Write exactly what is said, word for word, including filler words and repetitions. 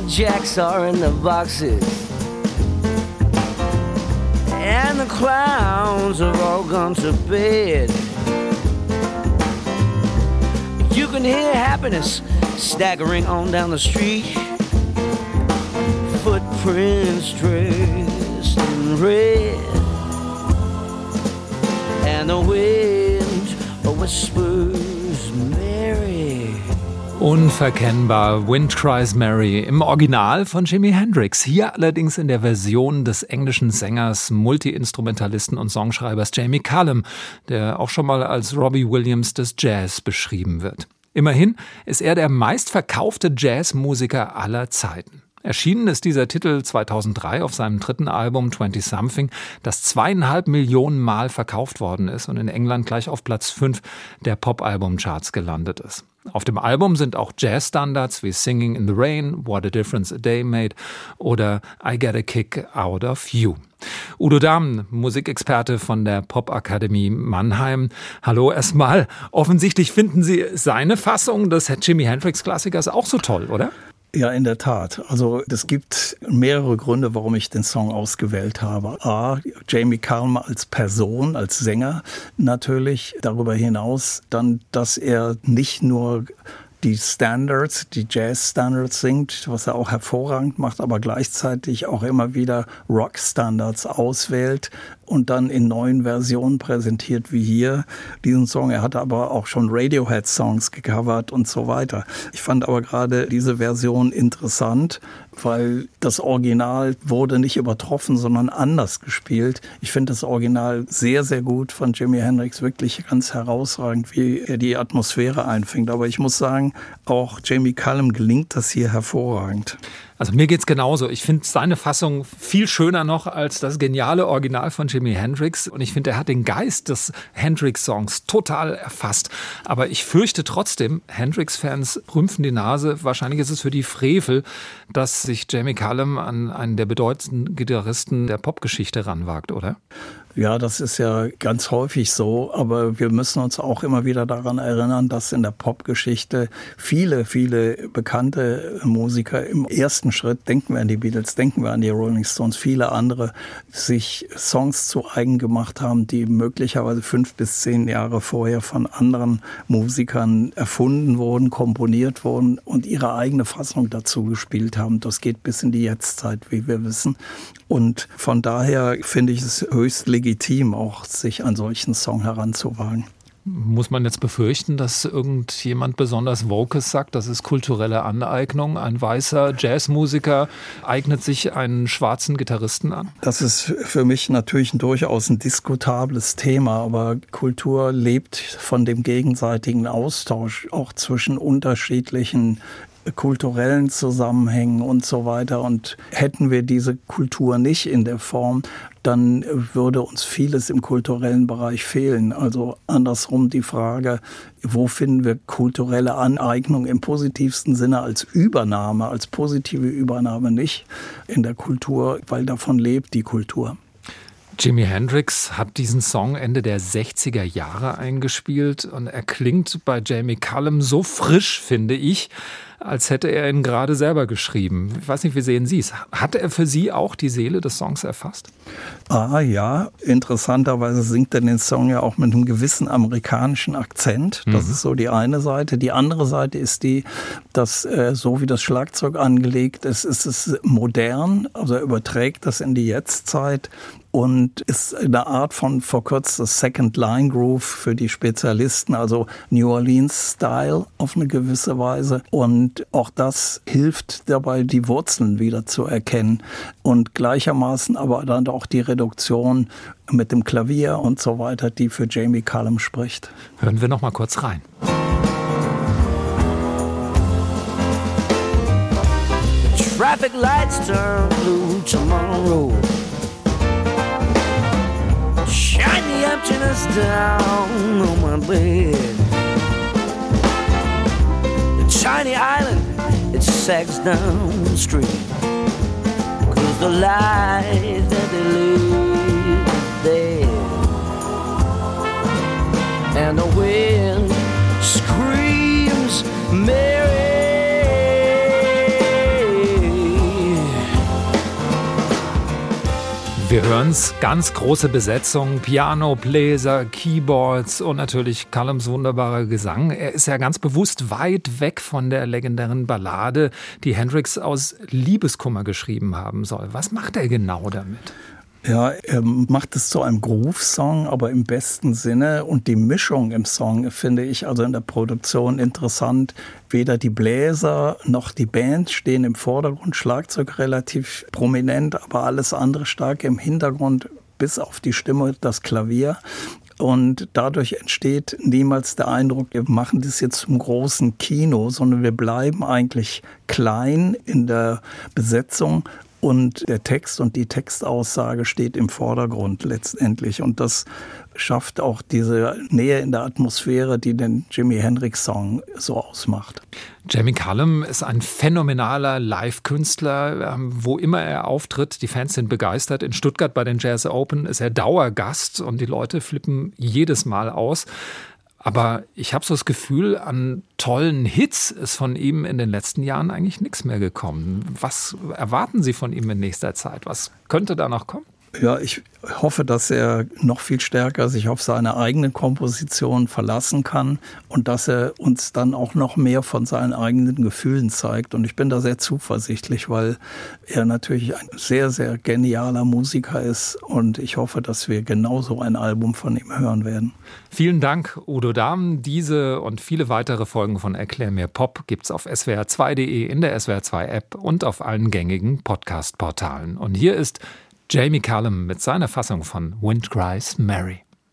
jacks are in the boxes, and the clowns have all gone to bed. You can hear happiness staggering on down the street, footprints dressed in red, and the wind whispers Mary. Unverkennbar, Wind Cries Mary im Original von Jimi Hendrix. Hier allerdings in der Version des englischen Sängers, Multi-Instrumentalisten und Songschreibers Jamie Cullum, der auch schon mal als Robbie Williams des Jazz beschrieben wird. Immerhin ist er der meistverkaufte Jazzmusiker aller Zeiten. Erschienen ist dieser Titel zweitausenddrei auf seinem dritten Album twenty something, das zweieinhalb Millionen Mal verkauft worden ist und in England gleich auf Platz fünf der Pop-Album-Charts gelandet ist. Auf dem Album sind auch Jazz-Standards wie Singing in the Rain, What a Difference a Day Made oder I Get a Kick Out of You. Udo Dahmen, Musikexperte von der Popakademie Mannheim. Hallo erstmal. Offensichtlich finden Sie seine Fassung des Jimi Hendrix-Klassikers auch so toll, oder? Ja, in der Tat. Also es gibt mehrere Gründe, warum ich den Song ausgewählt habe. A, Jamie Cullum als Person, als Sänger natürlich. Darüber hinaus dann, dass er nicht nur die Standards, die Jazz-Standards singt, was er auch hervorragend macht, aber gleichzeitig auch immer wieder Rock-Standards auswählt und dann in neuen Versionen präsentiert, wie hier diesen Song. Er hatte aber auch schon Radiohead-Songs gecovert und so weiter. Ich fand aber gerade diese Version interessant, weil das Original wurde nicht übertroffen, sondern anders gespielt. Ich finde das Original sehr, sehr gut von Jimi Hendrix, wirklich ganz herausragend, wie er die Atmosphäre einfängt. Aber ich muss sagen, auch Jamie Cullum gelingt das hier hervorragend. Also mir geht's genauso. Ich finde seine Fassung viel schöner noch als das geniale Original von Jimi Hendrix. Und ich finde, er hat den Geist des Hendrix-Songs total erfasst. Aber ich fürchte trotzdem, Hendrix-Fans rümpfen die Nase. Wahrscheinlich ist es für die Frevel, dass sich Jamie Cullum an einen der bedeutendsten Gitarristen der Popgeschichte ranwagt, oder? Ja, das ist ja ganz häufig so, aber wir müssen uns auch immer wieder daran erinnern, dass in der Popgeschichte viele, viele bekannte Musiker im ersten Schritt, denken wir an die Beatles, denken wir an die Rolling Stones, viele andere, sich Songs zu eigen gemacht haben, die möglicherweise fünf bis zehn Jahre vorher von anderen Musikern erfunden wurden, komponiert wurden und ihre eigene Fassung dazu gespielt haben. Das geht bis in die Jetztzeit, wie wir wissen. Und von daher finde ich es höchst legitim, auch sich an solchen Song heranzuwagen. Muss man jetzt befürchten, dass irgendjemand besonders Wokes sagt, das ist kulturelle Aneignung? Ein weißer Jazzmusiker eignet sich einen schwarzen Gitarristen an? Das ist für mich natürlich ein durchaus ein diskutables Thema, aber Kultur lebt von dem gegenseitigen Austausch, auch zwischen unterschiedlichen kulturellen Zusammenhängen und so weiter. Und hätten wir diese Kultur nicht in der Form, dann würde uns vieles im kulturellen Bereich fehlen. Also andersrum die Frage, wo finden wir kulturelle Aneignung im positivsten Sinne als Übernahme, als positive Übernahme nicht in der Kultur, weil davon lebt die Kultur. Jimi Hendrix hat diesen Song Ende der sechziger Jahre eingespielt und er klingt bei Jamie Cullum so frisch, finde ich, als hätte er ihn gerade selber geschrieben. Ich weiß nicht, wie sehen Sie es? Hat er für Sie auch die Seele des Songs erfasst? Ah ja, interessanterweise singt er den Song ja auch mit einem gewissen amerikanischen Akzent. Das mhm. ist so die eine Seite. Die andere Seite ist die, dass äh, so wie das Schlagzeug angelegt ist, ist es modern. Also er überträgt das in die Jetztzeit und ist eine Art von verkürzter Second-Line-Groove für die Spezialisten, also New Orleans-Style auf eine gewisse Weise. Und auch das hilft dabei, die Wurzeln wieder zu erkennen. Und gleichermaßen aber dann auch die Reduktion mit dem Klavier und so weiter, die für Jamie Cullum spricht. Hören wir noch mal kurz rein. Traffic lights turn blue tomorrow. Shine the emptiness down on my bed. The tiny island, it sags down the street. Cause the life that they live is dead. And the wind screams Mary. Wir hören's, ganz große Besetzung, Piano, Bläser, Keyboards und natürlich Callums wunderbarer Gesang. Er ist ja ganz bewusst weit weg von der legendären Ballade, die Hendrix aus Liebeskummer geschrieben haben soll. Was macht er genau damit? Ja, er macht es zu einem Groove-Song, aber im besten Sinne. Und die Mischung im Song finde ich also in der Produktion interessant. Weder die Bläser noch die Band stehen im Vordergrund, Schlagzeug relativ prominent, aber alles andere stark im Hintergrund, bis auf die Stimme, das Klavier. Und dadurch entsteht niemals der Eindruck, wir machen das jetzt zum großen Kino, sondern wir bleiben eigentlich klein in der Besetzung. Und der Text und die Textaussage steht im Vordergrund letztendlich. Und das schafft auch diese Nähe in der Atmosphäre, die den Jimi Hendrix-Song so ausmacht. Jamie Cullum ist ein phänomenaler Live-Künstler. Wo immer er auftritt, die Fans sind begeistert. In Stuttgart bei den Jazz Open ist er Dauergast und die Leute flippen jedes Mal aus. Aber ich habe so das Gefühl, an tollen Hits ist von ihm in den letzten Jahren eigentlich nichts mehr gekommen. Was erwarten Sie von ihm in nächster Zeit? Was könnte da noch kommen? Ja, ich hoffe, dass er noch viel stärker sich auf seine eigenen Kompositionen verlassen kann und dass er uns dann auch noch mehr von seinen eigenen Gefühlen zeigt. Und ich bin da sehr zuversichtlich, weil er natürlich ein sehr, sehr genialer Musiker ist und ich hoffe, dass wir genauso ein Album von ihm hören werden. Vielen Dank, Udo Dahm. Diese und viele weitere Folgen von Erklär mir Pop gibt's auf S W R zwei Punkt de, in der S W R zwei App und auf allen gängigen Podcast-Portalen. Und hier ist Jamie Cullum mit seiner Fassung von Wind Cries Mary.